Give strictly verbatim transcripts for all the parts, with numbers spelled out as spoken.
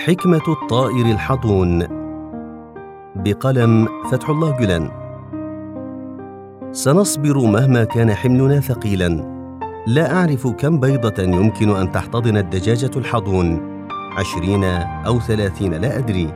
حكمة الطائر الحطون بقلم فتح الله جولان. سنصبر مهما كان حملنا ثقيلاً. لا أعرف كم بيضة يمكن أن تحتضن الدجاجة الحضون، عشرين أو ثلاثين لا أدري،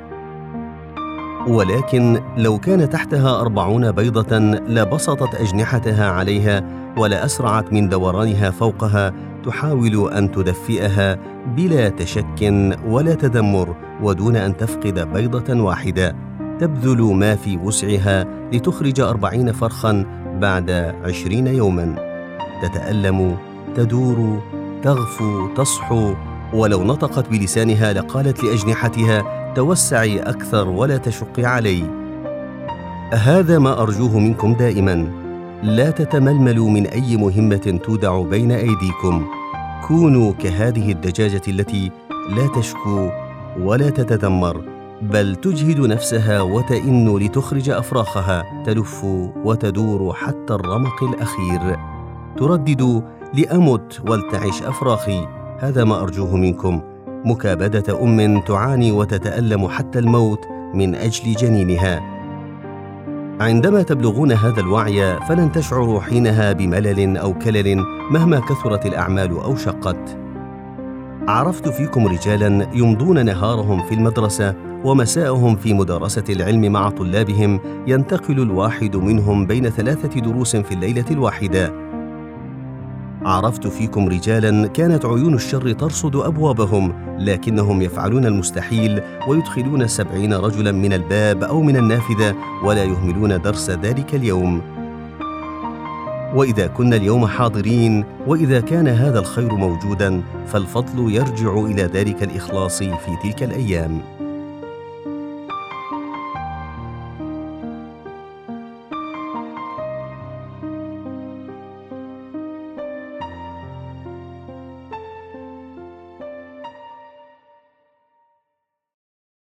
ولكن لو كان تحتها أربعون بيضة لبسطت أجنحتها عليها ولأسرعت من دورانها فوقها تحاول أن تدفئها بلا تشك ولا تذمر، ودون أن تفقد بيضة واحدة. تبذل ما في وسعها لتخرج أربعين فرخاً بعد عشرين يوماً. تتألم، تدور، تغفو، تصحو، ولو نطقت بلسانها لقالت لأجنحتها: توسعي أكثر ولا تشقي علي. هذا ما أرجوه منكم دائماً، لا تتململوا من أي مهمة تودع بين أيديكم. كونوا كهذه الدجاجة التي لا تشكو ولا تتذمر، بل تجهد نفسها وتئن لتخرج أفراخها، تلف وتدور حتى الرمق الأخير، تردد: لأمت ولتعش أفراخي. هذا ما أرجوه منكم، مكابدة أم تعاني وتتألم حتى الموت من أجل جنينها. عندما تبلغون هذا الوعي فلن تشعروا حينها بملل أو كلل مهما كثرت الأعمال أو شقت. عرفت فيكم رجالاً يمضون نهارهم في المدرسة ومساءهم في مدارسة العلم مع طلابهم، ينتقل الواحد منهم بين ثلاثة دروس في الليلة الواحدة. عرفت فيكم رجالاً كانت عيون الشر ترصد أبوابهم، لكنهم يفعلون المستحيل ويدخلون سبعين رجلاً من الباب أو من النافذة ولا يهملون درس ذلك اليوم. وإذا كنا اليوم حاضرين، وإذا كان هذا الخير موجوداً، فالفضل يرجع إلى ذلك الإخلاص في تلك الأيام.